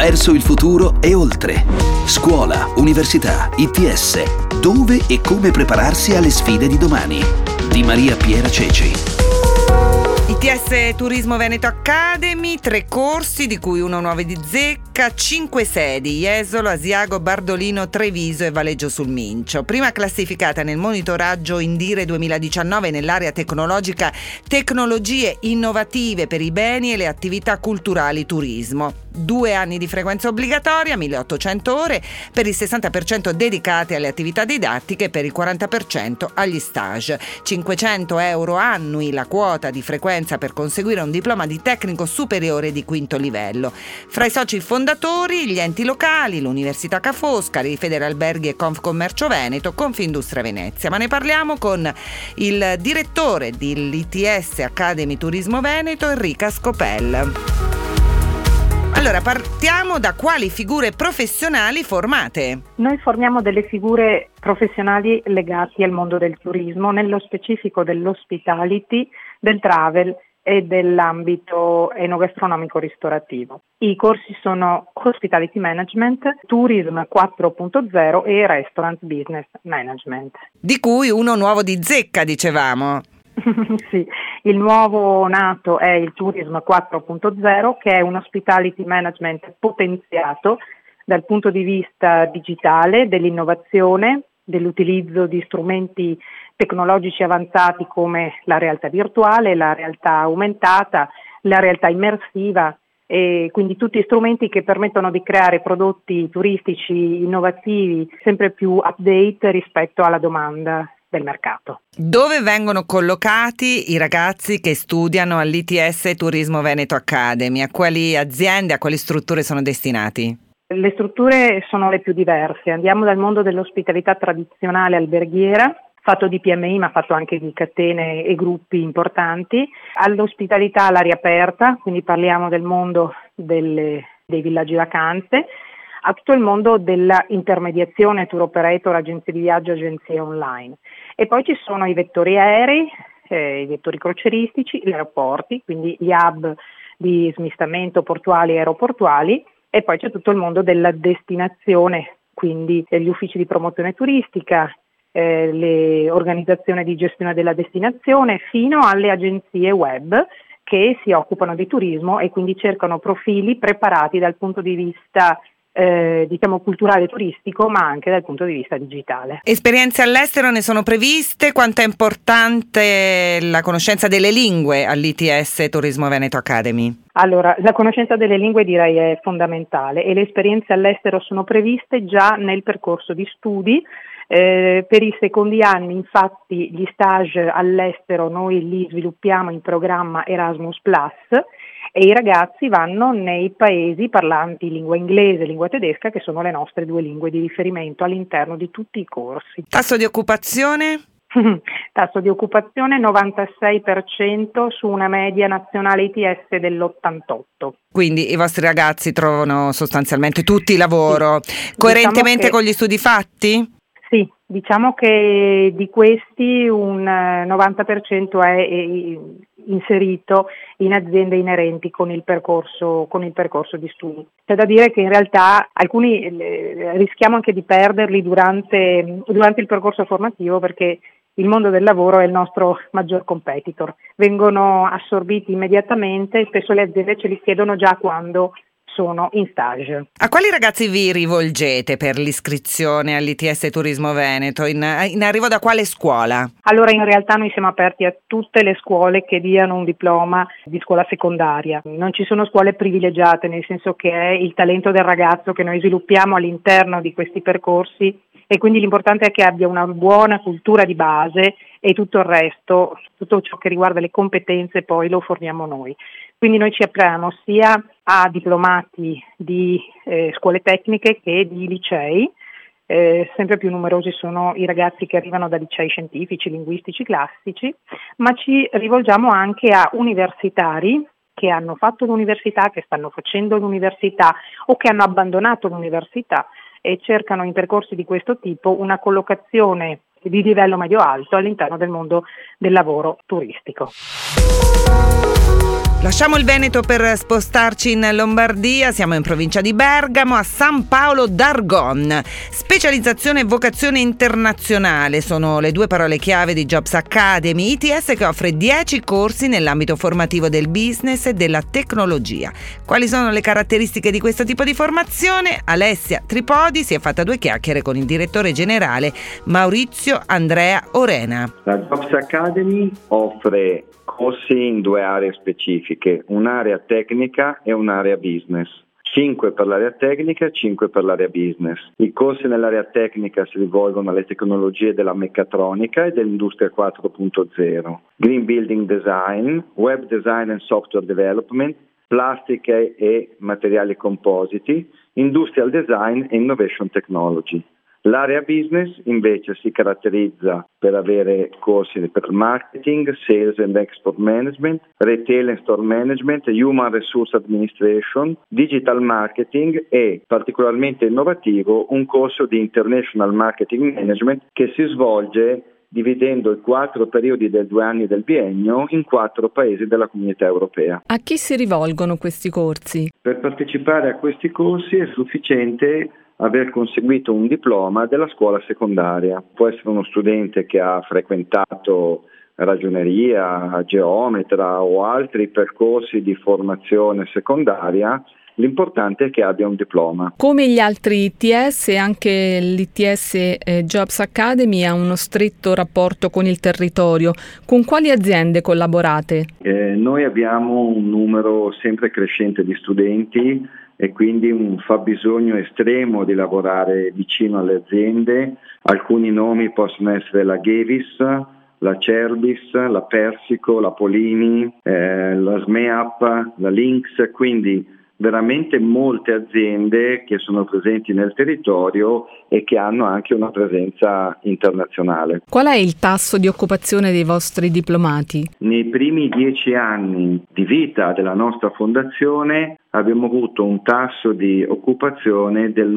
verso il futuro e oltre. Scuola, università, ITS. Dove e come prepararsi alle sfide di domani. Di Maria Piera Ceci. ITS Turismo Veneto Academy, 3 corsi di cui uno nuovo di zecca, 5 sedi: Jesolo, Asiago, Bardolino, Treviso e Valeggio sul Mincio. Prima classificata nel monitoraggio Indire 2019 nell'area tecnologica Tecnologie innovative per i beni e le attività culturali turismo. 2 anni di frequenza obbligatoria, 1800 ore per il 60% dedicate alle attività didattiche e per il 40% agli stage. 500 euro annui la quota di frequenza per conseguire un diploma di tecnico superiore di 5° livello. Fra i soci fondatori, gli enti locali, l'Università Ca' Foscari, Federalberghi e Confcommercio Veneto, Confindustria Venezia. Ma ne parliamo con il direttore dell'ITS Academy Turismo Veneto, Enrica Scopel. Allora, partiamo da quali figure professionali formate? Noi formiamo delle figure professionali legate al mondo del turismo, nello specifico dell'hospitality, del travel e dell'ambito enogastronomico ristorativo. I corsi sono Hospitality Management, Tourism 4.0 e Restaurant Business Management. Di cui uno nuovo di zecca, dicevamo. Sì, il nuovo nato è il Tourism 4.0, che è un hospitality management potenziato dal punto di vista digitale, dell'innovazione, dell'utilizzo di strumenti tecnologici avanzati come la realtà virtuale, la realtà aumentata, la realtà immersiva, e quindi tutti strumenti che permettono di creare prodotti turistici innovativi sempre più update rispetto alla domanda del mercato. Dove vengono collocati i ragazzi che studiano all'ITS Turismo Veneto Academy? A quali aziende, a quali strutture sono destinati? Le strutture sono le più diverse. Andiamo dal mondo dell'ospitalità tradizionale alberghiera, fatto di PMI ma fatto anche di catene e gruppi importanti, all'ospitalità all'aria aperta, quindi parliamo del mondo dei villaggi vacanze, a tutto il mondo della intermediazione, tour operator, agenzie di viaggio, agenzie online. E poi ci sono i vettori aerei, i vettori crocieristici, gli aeroporti, quindi gli hub di smistamento portuali e aeroportuali, e poi c'è tutto il mondo della destinazione, quindi gli uffici di promozione turistica, le organizzazioni di gestione della destinazione, fino alle agenzie web che si occupano di turismo e quindi cercano profili preparati dal punto di vista culturale e turistico, ma anche dal punto di vista digitale. Esperienze all'estero ne sono previste? Quanto è importante la conoscenza delle lingue all'ITS Turismo Veneto Academy? Allora, la conoscenza delle lingue direi è fondamentale e le esperienze all'estero sono previste già nel percorso di studi. Per i secondi anni, infatti, gli stage all'estero noi li sviluppiamo in programma Erasmus+, e i ragazzi vanno nei paesi parlanti lingua inglese e lingua tedesca, che sono le nostre 2 lingue di riferimento all'interno di tutti i corsi. Tasso di occupazione? Tasso di occupazione 96% su una media nazionale ITS dell'88%. Quindi i vostri ragazzi trovano sostanzialmente tutti lavoro, sì. Coerentemente con gli studi fatti? Sì, diciamo che di questi un 90% è inserito in aziende inerenti con il percorso di studi. C'è da dire che in realtà alcuni rischiamo anche di perderli durante il percorso formativo, perché il mondo del lavoro è il nostro maggior competitor. Vengono assorbiti immediatamente e spesso le aziende ce li chiedono già quando sono in stage. A quali ragazzi vi rivolgete per l'iscrizione all'ITS Turismo Veneto? In arrivo da quale scuola? Allora, in realtà noi siamo aperti a tutte le scuole che diano un diploma di scuola secondaria. Non ci sono scuole privilegiate, nel senso che è il talento del ragazzo che noi sviluppiamo all'interno di questi percorsi, e quindi l'importante è che abbia una buona cultura di base e tutto il resto, tutto ciò che riguarda le competenze, poi lo forniamo noi. Quindi noi ci apriamo sia a diplomati di scuole tecniche che di licei. Sempre più numerosi sono i ragazzi che arrivano da licei scientifici, linguistici, classici, ma ci rivolgiamo anche a universitari che hanno fatto l'università, che stanno facendo l'università o che hanno abbandonato l'università e cercano in percorsi di questo tipo una collocazione di livello medio-alto all'interno del mondo del lavoro turistico. Lasciamo il Veneto per spostarci in Lombardia, siamo in provincia di Bergamo, a San Paolo d'Argon. Specializzazione e vocazione internazionale sono le due parole chiave di Jobs Academy, ITS che offre 10 corsi nell'ambito formativo del business e della tecnologia. Quali sono le caratteristiche di questo tipo di formazione? Alessia Tripodi si è fatta due chiacchiere con il direttore generale Maurizio Andrea Orena. La Jobs Academy offre corsi in due aree specifiche, un'area tecnica e un'area business. 5 per l'area tecnica, 5 per l'area business. I corsi nell'area tecnica si rivolgono alle tecnologie della meccatronica e dell'industria 4.0, green building design, web design and software development, plastica e materiali compositi, industrial design e innovation technology. L'area business invece si caratterizza per avere corsi per marketing, sales and export management, retail and store management, human resource administration, digital marketing e, particolarmente innovativo, un corso di international marketing management che si svolge dividendo i 4 periodi del 2 anni del biennio in 4 paesi della Comunità Europea. A chi si rivolgono questi corsi? Per partecipare a questi corsi è sufficiente aver conseguito un diploma della scuola secondaria. Può essere uno studente che ha frequentato ragioneria, geometra o altri percorsi di formazione secondaria. L'importante è che abbia un diploma. Come gli altri ITS, anche l'ITS Jobs Academy ha uno stretto rapporto con il territorio. Con quali aziende collaborate? Noi abbiamo un numero sempre crescente di studenti e quindi un fabbisogno estremo di lavorare vicino alle aziende. Alcuni nomi possono essere la Gevis, la Cerbis, la Persico, la Polini, la SMEAP, la Lynx, quindi veramente molte aziende che sono presenti nel territorio e che hanno anche una presenza internazionale. Qual è il tasso di occupazione dei vostri diplomati? Nei primi 10 anni di vita della nostra fondazione abbiamo avuto un tasso di occupazione del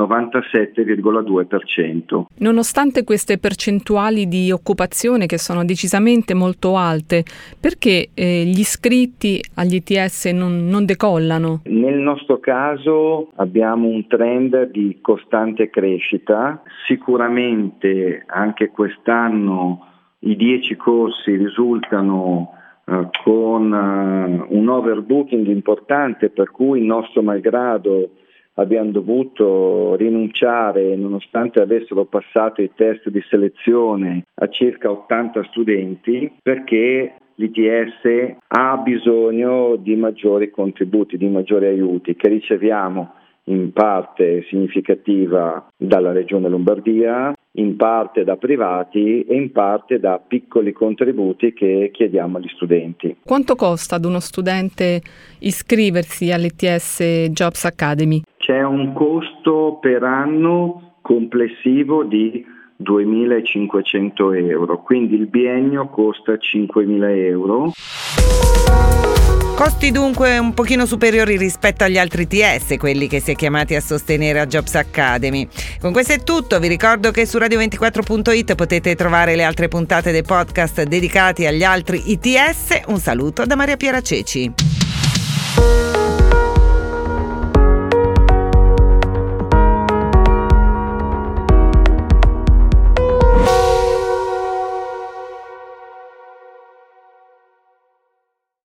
97,2%. Nonostante queste percentuali di occupazione che sono decisamente molto alte, perché gli iscritti agli ITS non decollano? Nel nostro caso abbiamo un trend di costante crescita. Sicuramente anche quest'anno i 10 corsi risultano con un overbooking importante, per cui nostro malgrado abbiamo dovuto rinunciare, nonostante avessero passato i test di selezione, a circa 80 studenti, perché l'ITS ha bisogno di maggiori contributi, di maggiori aiuti che riceviamo in parte significativa dalla Regione Lombardia, in parte da privati e in parte da piccoli contributi che chiediamo agli studenti. Quanto costa ad uno studente iscriversi all'ITS Jobs Academy? C'è un costo per anno complessivo di 2.500 euro, quindi il biennio costa 5.000 euro. Costi dunque un pochino superiori rispetto agli altri ITS, quelli che si è chiamati a sostenere a Jobs Academy. Con questo è tutto, vi ricordo che su radio24.it potete trovare le altre puntate dei podcast dedicati agli altri ITS. Un saluto da Maria Piera Ceci.